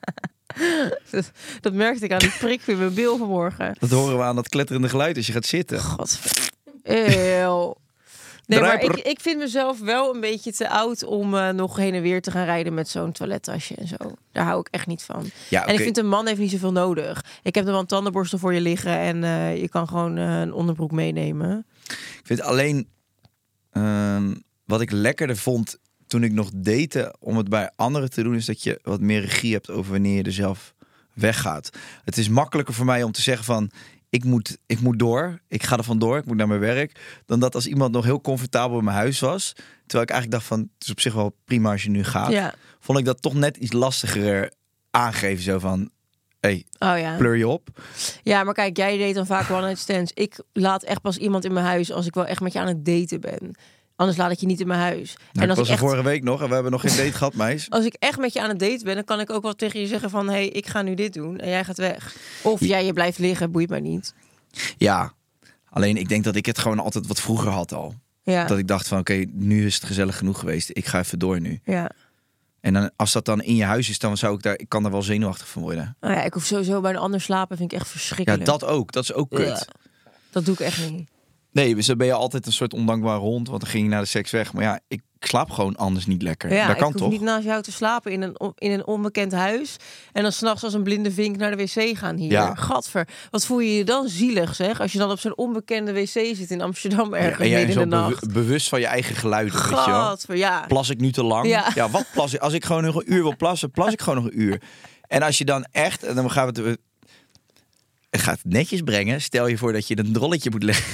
dat, dat merkte ik aan die prik in mijn bil vanmorgen. Dat horen we aan dat kletterende geluid als je gaat zitten. Godver. Eeuw. Nee, maar ik, ik vind mezelf wel een beetje te oud om uh, nog heen en weer te gaan rijden met zo'n toilettasje en zo. Daar hou ik echt niet van. Ja, okay. En ik vind een man heeft niet zoveel nodig. Ik heb er wel een tandenborstel voor je liggen en uh, je kan gewoon uh, een onderbroek meenemen. Ik vind alleen uh, wat ik lekkerder vond toen ik nog date om het bij anderen te doen, is dat je wat meer regie hebt over wanneer je er zelf weggaat. Het is makkelijker voor mij om te zeggen van Ik moet, ik moet door, ik ga er vandoor, ik moet naar mijn werk. Dan dat als iemand nog heel comfortabel in mijn huis was. Terwijl ik eigenlijk dacht van, het is op zich wel prima als je nu gaat. Ja. Vond ik dat toch net iets lastiger aangeven. Zo van, hé, hey, oh ja. pleur je op. Ja, maar kijk, jij deed dan vaak one night stands. Ik laat echt pas iemand in mijn huis als ik wel echt met je aan het daten ben. Anders laat ik je niet in mijn huis. Nou, en als ik was ik echt... er vorige week nog en we hebben nog geen date gehad, meis. Als ik echt met je aan het daten ben, dan kan ik ook wel tegen je zeggen van, hé, hey, ik ga nu dit doen en jij gaat weg. Of jij je blijft liggen, boeit mij niet. Ja, alleen ik denk dat ik het gewoon altijd wat vroeger had al. Ja. Dat ik dacht van, oké, okay, nu is het gezellig genoeg geweest. Ik ga even door nu. Ja. En dan, als dat dan in je huis is, dan zou ik daar, ik kan er wel zenuwachtig van worden. Oh ja, ik hoef sowieso bij een ander slapen, vind ik echt verschrikkelijk. Ja, dat ook. Dat is ook kut. Ja. Dat doe ik echt niet. Nee, dus dan ben je altijd een soort ondankbare hond, want dan ging je naar de seks weg. Maar ja, ik slaap gewoon anders niet lekker. Ja, dat kan ik hoef toch? niet naast jou te slapen in een, in een onbekend huis. En dan s'nachts als een blinde vink naar de wc gaan hier. Ja. Gadver. Wat voel je je dan zielig, zeg? Als je dan op zo'n onbekende wc zit in Amsterdam ergens Ja, en jij midden in de zo nacht. bewu- bewust van je eigen geluiden. Weet je wel? Gadver, ja. Plas ik nu te lang? Ja. ja, wat plas ik? Als ik gewoon nog een uur wil plassen, plas ik gewoon nog een uur. En als je dan echt, en dan gaan we het, het gaat het netjes brengen. Stel je voor dat je een drolletje moet leggen.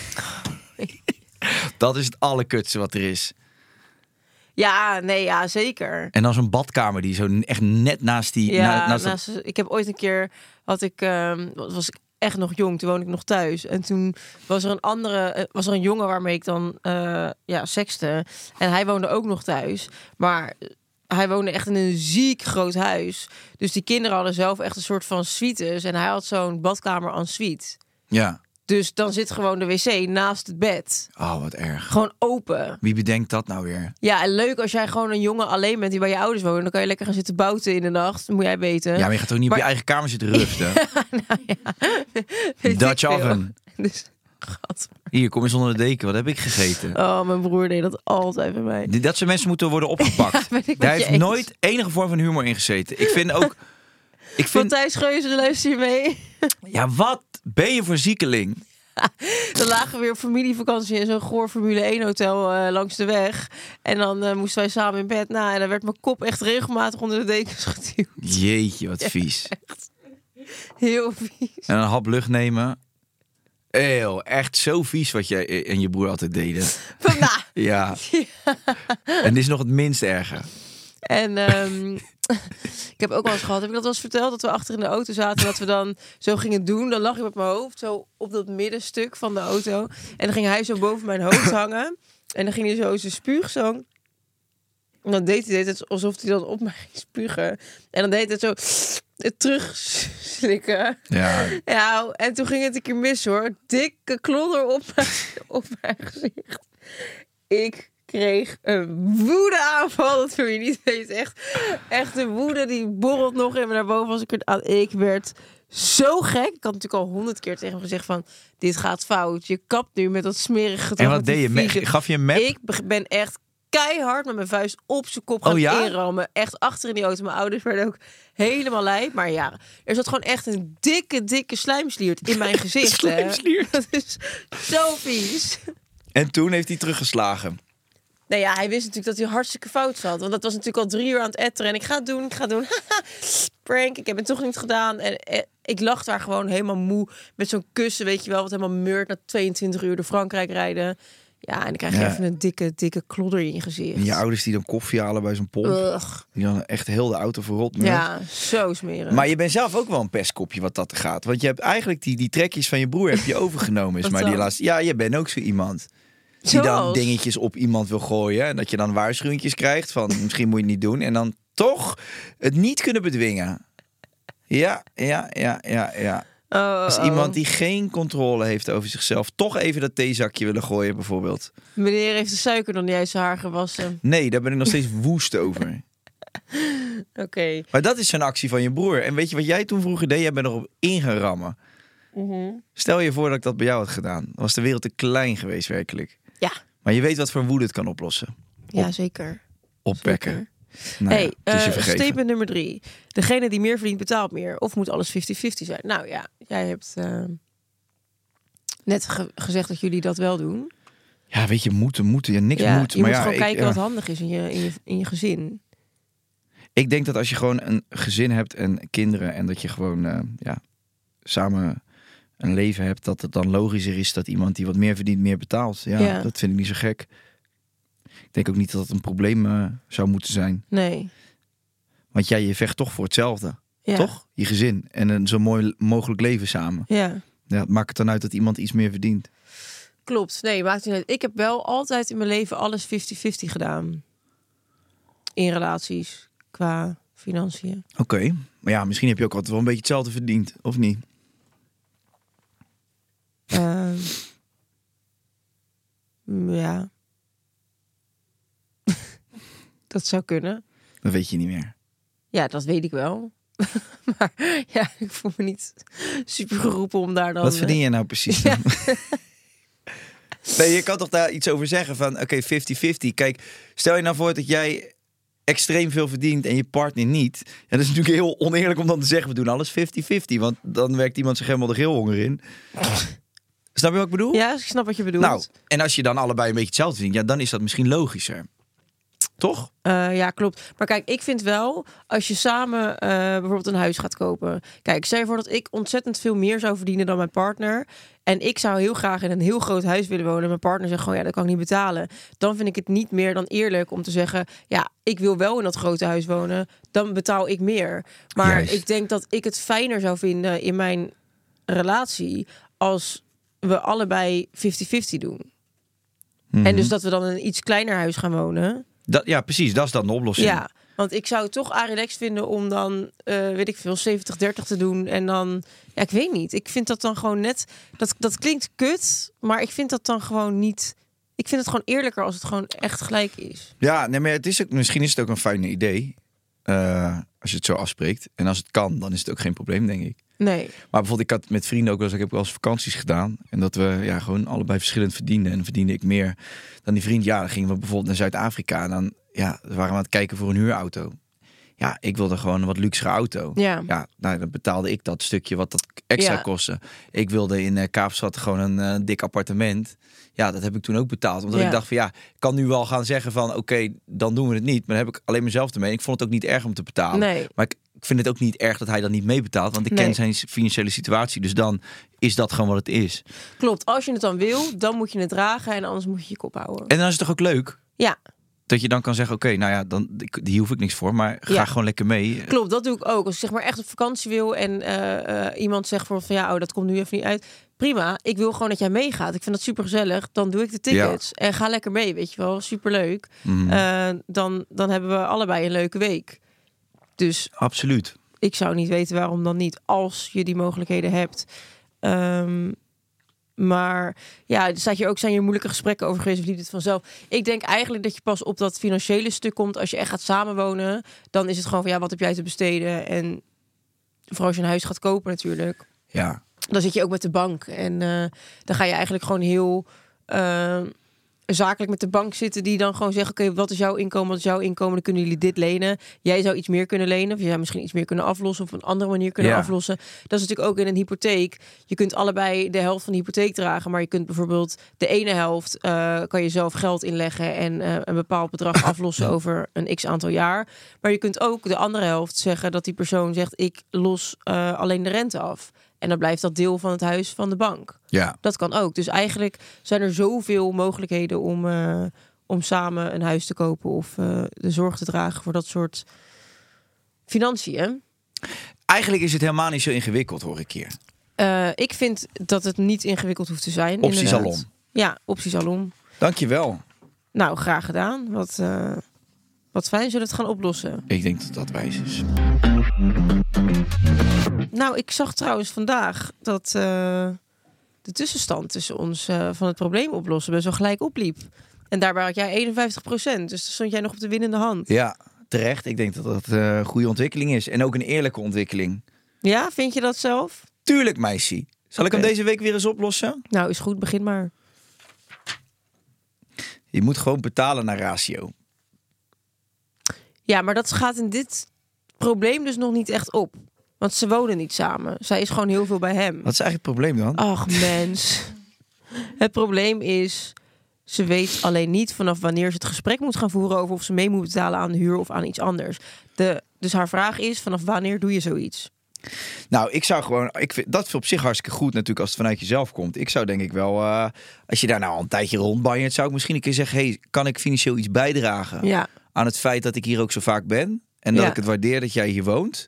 Dat is het allerkutste wat er is. Ja, nee, ja, zeker. En dan zo'n badkamer die zo echt net naast die... Ja, na, naast naast, dat... ik heb ooit een keer, had ik, um, was ik echt nog jong, toen woonde ik nog thuis. En toen was er een andere, was er een jongen waarmee ik dan uh, ja, sekste. En hij woonde ook nog thuis. Maar hij woonde echt in een ziek groot huis. Dus die kinderen hadden zelf echt een soort van suites. En hij had zo'n badkamer en suite. Ja. Dus dan zit gewoon de wc naast het bed. Oh, wat erg. Gewoon open. Wie bedenkt dat nou weer? Ja, en leuk als jij gewoon een jongen alleen bent die bij je ouders woont. Dan kan je lekker gaan zitten bouten in de nacht. Dat moet jij weten. Ja, maar je gaat toch niet maar... op je eigen kamer zitten ruften? nou ja. Dutch oven. Dus, God. Hier, kom eens onder de deken. Wat heb ik gegeten? Oh, mijn broer deed dat altijd bij mij. Dat soort mensen moeten worden opgepakt. Ja, Daar heeft eens. nooit enige vorm van humor in gezeten. Ik vind ook... Ik vind... Matthijs Geuze, luister je mee? Ja, wat ben je voor ziekeling? Dan lagen we weer op familievakantie in zo'n goor Formule één hotel uh, langs de weg. En dan uh, moesten wij samen in bed. Nou, en dan werd mijn kop echt regelmatig onder de dekens geduwd. Jeetje, wat vies. Ja, echt. Heel vies. En een hap lucht nemen. Eeuw, echt zo vies wat jij en je broer altijd deden. Van, nou. Ja. ja. En dit is nog het minst erge. En um, ik heb ook wel eens gehad, heb ik dat wel eens verteld, dat we achter in de auto zaten en dat we dan zo gingen doen. Dan lag ik met mijn hoofd zo op dat middenstuk van de auto. En dan ging hij zo boven mijn hoofd hangen. En dan ging hij zo zijn spuug zo. En dan deed hij het alsof hij dan op mij ging spugen. En dan deed het zo het terugslikken. Ja. Ja, en toen ging het een keer mis hoor. Dikke klodder op mijn, op mijn gezicht. Ik kreeg een woedeaanval. Dat wil je niet weten. Echt, echt een woede die borrelt nog in me naar boven als ik het aan. Ik werd zo gek. Ik had natuurlijk al honderd keer tegen hem gezegd van, dit gaat fout. Je kapt nu met dat smerige gedrag. En wat deed je? Me- gaf je een map? Ik ben echt keihard met mijn vuist op zijn kop gaan oh, ja? inrammen. Echt achter in die auto. Mijn ouders werden ook helemaal lijp. Maar ja, er zat gewoon echt een dikke, dikke slijmsliert in mijn gezicht. Slijmsliert? Dat is zo vies. En toen heeft hij teruggeslagen. Nou ja, hij wist natuurlijk dat hij hartstikke fout zat. Want dat was natuurlijk al drie uur aan het etteren. En ik ga het doen, ik ga het doen. Prank, ik heb het toch niet gedaan. En, en ik lag daar gewoon helemaal moe. Met zo'n kussen, weet je wel. Wat helemaal meurt na tweeëntwintig uur door Frankrijk rijden. Ja, en dan krijg je ja. even een dikke, dikke klodder in je gezicht. En je ouders die dan koffie halen bij zo'n pomp. Ugh. Die dan echt heel de auto verrot meurt. Ja, zo smerig. Maar je bent zelf ook wel een pestkopje wat dat gaat. Want je hebt eigenlijk die, die trekjes van je broer heb je overgenomen. Is maar die laatste. Ja, je bent ook zo iemand. Die Zoals? dan dingetjes op iemand wil gooien. En dat je dan waarschuwingjes krijgt van misschien moet je het niet doen. En dan toch het niet kunnen bedwingen. Ja, ja, ja, ja, ja. Oh, Als oh. iemand die geen controle heeft over zichzelf, toch even dat theezakje willen gooien bijvoorbeeld. Meneer heeft de suiker nog niet uit zijn haar gewassen. Nee, daar ben ik nog steeds woest over. Oké. Okay. Maar dat is zo'n actie van je broer. En weet je wat jij toen vroeger deed? Jij bent erop ingerammen. Mm-hmm. Stel je voor dat ik dat bij jou had gedaan. Dan was de wereld te klein geweest werkelijk. Ja. Maar je weet wat voor woede het kan oplossen. Op, ja, zeker. Opwekken. Zeker. Nou hey, ja, uh, statement nummer drie. Degene die meer verdient betaalt meer. Of moet alles vijftig vijftig zijn? Nou ja, jij hebt uh, net ge- gezegd dat jullie dat wel doen. Ja, weet je, moeten, moeten. Ja, niks ja, moet. Je maar moet ja, gewoon ik, kijken ja. wat handig is in je, in, je, in je gezin. Ik denk dat als je gewoon een gezin hebt en kinderen... en dat je gewoon uh, ja, samen een leven hebt... dat het dan logischer is dat iemand die wat meer verdient meer betaalt. Ja, ja. Dat vind ik niet zo gek. Ik denk ook niet dat het een probleem uh, zou moeten zijn. Nee. Want jij, je vecht toch voor hetzelfde. Ja. Toch? Je gezin. En een zo mooi mogelijk leven samen. Ja. Ja, maakt het dan uit dat iemand iets meer verdient? Klopt. Nee, maakt niet uit. Ik heb wel altijd in mijn leven alles vijftig vijftig gedaan. In relaties. Qua financiën. Oké. Okay. Maar ja, misschien heb je ook altijd wel een beetje hetzelfde verdiend. Of niet? Uh, ja. Dat zou kunnen. Dat weet je niet meer. Ja, dat weet ik wel. Maar ja, ik voel me niet super geroepen om daar dan... Wat verdien je nou precies dan? Ja. Nee, je kan toch daar iets over zeggen van... Oké, okay, vijftig vijftig. Kijk, stel je nou voor dat jij extreem veel verdient en je partner niet. Ja, dat is natuurlijk heel oneerlijk om dan te zeggen... we doen alles vijftig vijftig. Want dan werkt iemand zich helemaal de geelhonger in. Snap je wat ik bedoel? Ja, ik snap wat je bedoelt. Nou, en als je dan allebei een beetje hetzelfde verdient... ja, dan is dat misschien logischer. Toch? Uh, ja, klopt. Maar kijk, ik vind wel, als je samen uh, bijvoorbeeld een huis gaat kopen. Kijk, stel je voor dat ik ontzettend veel meer zou verdienen dan mijn partner. En ik zou heel graag in een heel groot huis willen wonen. En mijn partner zegt gewoon, ja, dat kan ik niet betalen. Dan vind ik het niet meer dan eerlijk om te zeggen... ja, ik wil wel in dat grote huis wonen. Dan betaal ik meer. Maar Juist. Ik denk dat ik het fijner zou vinden in mijn relatie... als we allebei vijftig vijftig doen. Mm-hmm. En dus dat we dan in een iets kleiner huis gaan wonen... Dat, ja, precies. Dat is dan de oplossing. Ja, want ik zou het toch relaxed vinden om dan, uh, weet ik veel, zeventig dertig te doen. En dan, ja, ik weet niet. Ik vind dat dan gewoon net, dat, dat klinkt kut, maar ik vind dat dan gewoon niet... Ik vind het gewoon eerlijker als het gewoon echt gelijk is. Ja, nee, maar het is ook, misschien is het ook een fijn idee. Uh, als je het zo afspreekt. En als het kan, dan is het ook geen probleem, denk ik. Nee. Maar bijvoorbeeld, ik had met vrienden ook wel eens, ik heb wel eens vakanties gedaan. En dat we ja, gewoon allebei verschillend verdienden. En verdiende ik meer dan die vriend. Ja, dan gingen we bijvoorbeeld naar Zuid-Afrika. En dan ja, waren we aan het kijken voor een huurauto. Ja, ik wilde gewoon een wat luxere auto. Ja. Ja, nou, dan betaalde ik dat stukje wat dat extra Ja. kostte. Ik wilde in uh, Kaapstad gewoon een uh, dik appartement. Ja, dat heb ik toen ook betaald. Omdat Ja. ik dacht van ja, ik kan nu wel gaan zeggen van oké, okay, dan doen we het niet. Maar dan heb ik alleen mezelf ermee. Ik vond het ook niet erg om te betalen. Nee. Maar ik, ik vind het ook niet erg dat hij dan niet meebetaalt. Want ik Nee. ken zijn financiële situatie. Dus dan is dat gewoon wat het is. Klopt, als je het dan wil, dan moet je het dragen en anders moet je je kop houden. En dan is het toch ook leuk? Ja. Dat je dan kan zeggen, oké, okay, nou ja, dan, hier hoef ik niks voor. Maar ga Ja. gewoon lekker mee. Klopt, dat doe ik ook. Als ik zeg maar echt op vakantie wil en uh, uh, iemand zegt voor van ja, oh, dat komt nu even niet uit. Prima, ik wil gewoon dat jij meegaat. Ik vind dat super gezellig. Dan doe ik de tickets ja. en ga lekker mee, weet je wel. Super leuk. Mm-hmm. Uh, dan, dan hebben we allebei een leuke week. Dus absoluut. Ik zou niet weten waarom dan niet, als je die mogelijkheden hebt. Um, Maar ja, er staat hier ook, zijn hier moeilijke gesprekken over geweest of liep dit vanzelf. Ik denk eigenlijk dat je pas op dat financiële stuk komt als je echt gaat samenwonen. Dan is het gewoon van ja, wat heb jij te besteden? En vooral als je een huis gaat kopen natuurlijk. Ja. Dan zit je ook met de bank. En uh, dan ga je eigenlijk gewoon heel uh, zakelijk met de bank zitten die dan gewoon zeggen, oké, okay, wat is jouw inkomen, wat is jouw inkomen, dan kunnen jullie dit lenen. Jij zou iets meer kunnen lenen, of je zou misschien iets meer kunnen aflossen of op een andere manier kunnen ja. aflossen. Dat is natuurlijk ook in een hypotheek. Je kunt allebei de helft van de hypotheek dragen, maar je kunt bijvoorbeeld de ene helft uh, kan je zelf geld inleggen en uh, een bepaald bedrag aflossen over een x aantal jaar. Maar je kunt ook de andere helft zeggen dat die persoon zegt, ik los uh, alleen de rente af. En dan blijft dat deel van het huis van de bank. Ja. Dat kan ook. Dus eigenlijk zijn er zoveel mogelijkheden om, uh, om samen een huis te kopen of uh, de zorg te dragen voor dat soort financiën. Eigenlijk is het helemaal niet zo ingewikkeld, hoor ik hier. Uh, ik vind dat het niet ingewikkeld hoeft te zijn. Opties alom. Ja, opties alom. Dankjewel. Nou, graag gedaan. Wat, uh, wat fijn, zullen we het gaan oplossen? Ik denk dat dat wijs is. Nou, ik zag trouwens vandaag dat uh, de tussenstand tussen ons uh, van het probleem oplossen best wel gelijk opliep. En daarbij had jij eenenvijftig procent. Dus dan stond jij nog op de winnende hand. Ja, terecht. Ik denk dat dat een uh, goede ontwikkeling is. En ook een eerlijke ontwikkeling. Ja, vind je dat zelf? Tuurlijk, meisje. Zal okay. ik hem deze week weer eens oplossen? Nou, is goed. Begin maar. Je moet gewoon betalen naar ratio. Ja, maar dat gaat in dit probleem dus nog niet echt op. Want ze wonen niet samen. Zij is gewoon heel veel bij hem. Wat is eigenlijk het probleem dan? Ach, mens. Het probleem is, ze weet alleen niet vanaf wanneer ze het gesprek moet gaan voeren over of ze mee moet betalen aan de huur of aan iets anders. De, dus haar vraag is, vanaf wanneer doe je zoiets? Nou, ik zou gewoon, ik vind dat op zich hartstikke goed natuurlijk als het vanuit jezelf komt. Ik zou denk ik wel, uh, als je daar nou al een tijdje rondbanjert, zou ik misschien een keer zeggen, hey, kan ik financieel iets bijdragen ja. aan het feit dat ik hier ook zo vaak ben en dat ja. ik het waardeer dat jij hier woont.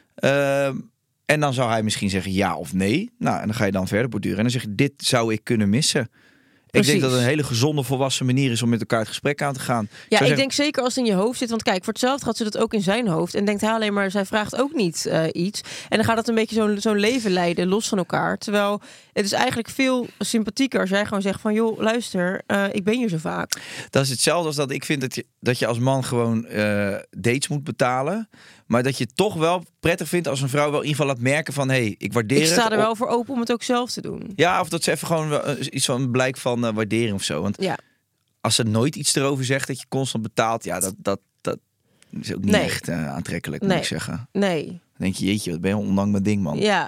Uh, en dan zou hij misschien zeggen ja of nee. Nou, en dan ga je dan verder borduren. En dan zeg je, dit zou ik kunnen missen. Precies. Ik denk dat het een hele gezonde, volwassen manier is om met elkaar het gesprek aan te gaan. Ja, ik, ik zeggen... denk zeker als het in je hoofd zit. Want kijk, voor hetzelfde gaat ze dat ook in zijn hoofd. En denkt hij alleen maar, zij vraagt ook niet uh, iets. En dan gaat het een beetje zo'n, zo'n leven leiden, los van elkaar. Terwijl het is eigenlijk veel sympathieker als jij gewoon zegt van, joh, luister, uh, ik ben hier zo vaak. Dat is hetzelfde als dat ik vind dat je, dat je als man gewoon uh, dates moet betalen. Maar dat je het toch wel prettig vindt als een vrouw wel in ieder geval laat merken van, hé, hey, ik waardeer het. Ik sta er wel voor open om het ook zelf te doen. Ja, of dat ze even gewoon uh, iets van een blijk van uh, waardering of zo. Want ja. als ze nooit iets erover zegt dat je constant betaalt, ja, dat, dat, dat is ook niet nee. echt uh, aantrekkelijk, moet nee. ik zeggen. Nee. Dan denk je, jeetje, wat ben je een ondankbaar ding, man. Ja.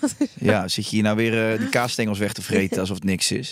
Ja, zit je hier nou weer uh, die kaasstengels weg te vreten alsof het niks is?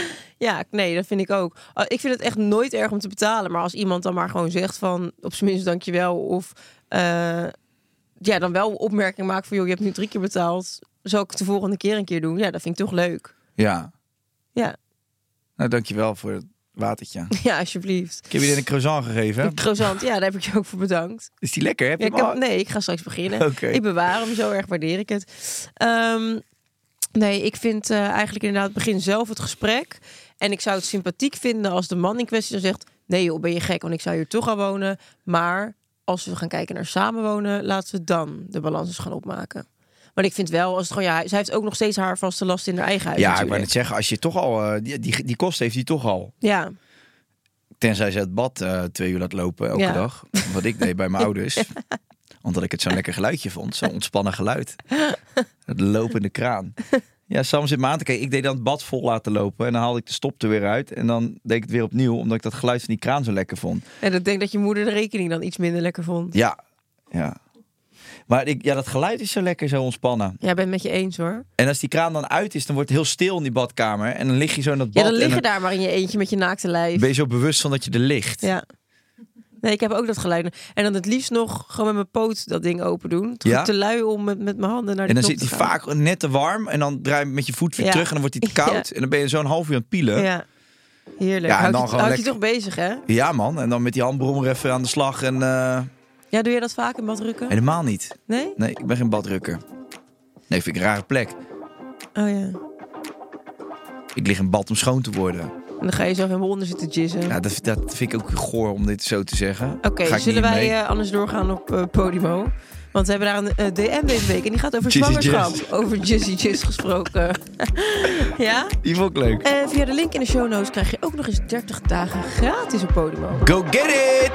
Ja, nee, dat vind ik ook. Ik vind het echt nooit erg om te betalen. Maar als iemand dan maar gewoon zegt van, op zijn minst dankjewel. Of uh, ja, dan wel opmerking maakt van, joh, je hebt nu drie keer betaald. Zal ik het de volgende keer een keer doen? Ja, dat vind ik toch leuk. Ja. Ja. Nou, dankjewel voor het watertje. Ja, alsjeblieft. Ik heb je dit een croissant gegeven. Een croissant, ja, daar heb ik je ook voor bedankt. Is die lekker? Heb je ja, ik heb, nee, ik ga straks beginnen. Okay. Ik bewaar hem, zo erg waardeer ik het. Um, nee, ik vind uh, eigenlijk inderdaad begin zelf het gesprek. En ik zou het sympathiek vinden als de man in kwestie dan zegt, nee joh, ben je gek, want ik zou hier toch al wonen. Maar als we gaan kijken naar samenwonen, laten we dan de balans eens gaan opmaken. Maar ik vind wel, als het gewoon, ja, zij heeft ook nog steeds haar vaste last in haar eigen huis. Ja, natuurlijk. ik wou net zeggen, als je toch al, uh, die, die, die kosten heeft hij toch al. Ja. Tenzij ze het bad uh, twee uur laat lopen elke ja. dag. Wat ik deed bij mijn ouders. Omdat ik het zo'n lekker geluidje vond. Zo'n ontspannen geluid. Het lopende kraan. Ja, Sam zit me aan te kijken. Ik deed dan het bad vol laten lopen. En dan haalde ik de stop er weer uit. En dan deed ik het weer opnieuw. Omdat ik dat geluid van die kraan zo lekker vond. En dat denk dat je moeder de rekening dan iets minder lekker vond. Ja. Ja. Maar ik, ja, dat geluid is zo lekker, zo ontspannen. Ja, ik ben het met je eens hoor. En als die kraan dan uit is, dan wordt het heel stil in die badkamer. En dan lig je zo in dat bad. Ja, dan lig je en dan daar maar in je eentje met je naakte lijf. ben je zo bewust van dat je er ligt. Ja. Nee, ik heb ook dat geluid. En dan het liefst nog gewoon met mijn poot dat ding open doen. Te, Ja? te lui om met, met mijn handen naar de En dan knop zit te hij gaan. vaak net te warm. En dan draai je met je voet weer Ja. terug. En dan wordt hij te koud. Ja. En dan ben je zo'n half uur aan het pielen. Ja, heerlijk. Ja, en Houd, dan je, gewoon houd je lekker- toch bezig, hè? Ja, man. En dan met die handbrommer even aan de slag. En uh, Ja, doe je dat vaak in badrukken? helemaal niet. Nee? Nee, ik ben geen badrukker. Nee, vind ik een rare plek. Oh ja. Ik lig in bad om schoon te worden. En dan ga je zo helemaal onder zitten jizzen. Ja, dat, dat vind ik ook goor om dit zo te zeggen. Oké, Ga ik zullen niet wij mee. uh, anders doorgaan op uh, Podimo? Want we hebben daar een uh, D M deze week. En die gaat over Jizzy zwangerschap. jizz. Over Jizzy Jizz gesproken. Ja? Die vond ik leuk. En via de link in de show notes krijg je ook nog eens dertig dagen gratis op Podimo. Go get it!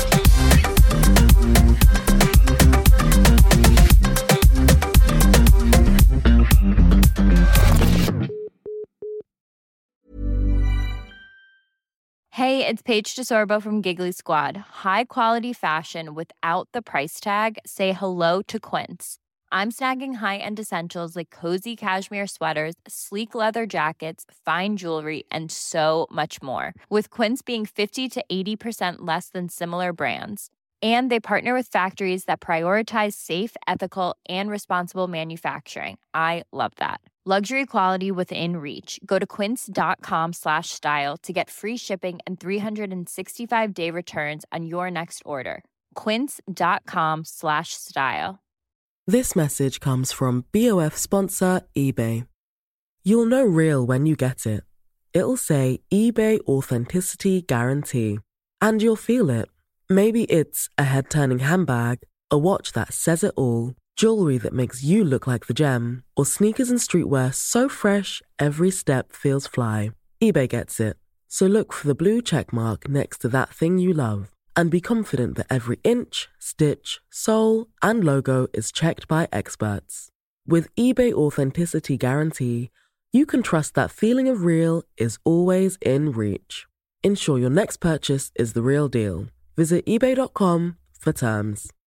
Hey, it's Paige DeSorbo from Giggly Squad. High quality fashion without the price tag. Say hello to Quince. I'm snagging high-end essentials like cozy cashmere sweaters, sleek leather jackets, fine jewelry, and so much more. With Quince being fifty to eighty percent less than similar brands. And they partner with factories that prioritize safe, ethical, and responsible manufacturing. I love that. Luxury quality within reach. Go to quince.com slash style to get free shipping and three sixty-five day returns on your next order. Quince.com slash style. This message comes from B O F sponsor eBay. You'll know real when you get it. It'll say eBay Authenticity Guarantee. And you'll feel it. Maybe it's a head-turning handbag, a watch that says it all, jewelry that makes you look like the gem, or sneakers and streetwear so fresh every step feels fly. eBay gets it. So look for the blue check mark next to that thing you love. And be confident that every inch, stitch, sole, and logo is checked by experts. With eBay Authenticity Guarantee, you can trust that feeling of real is always in reach. Ensure your next purchase is the real deal. Visit ebay dot com for terms.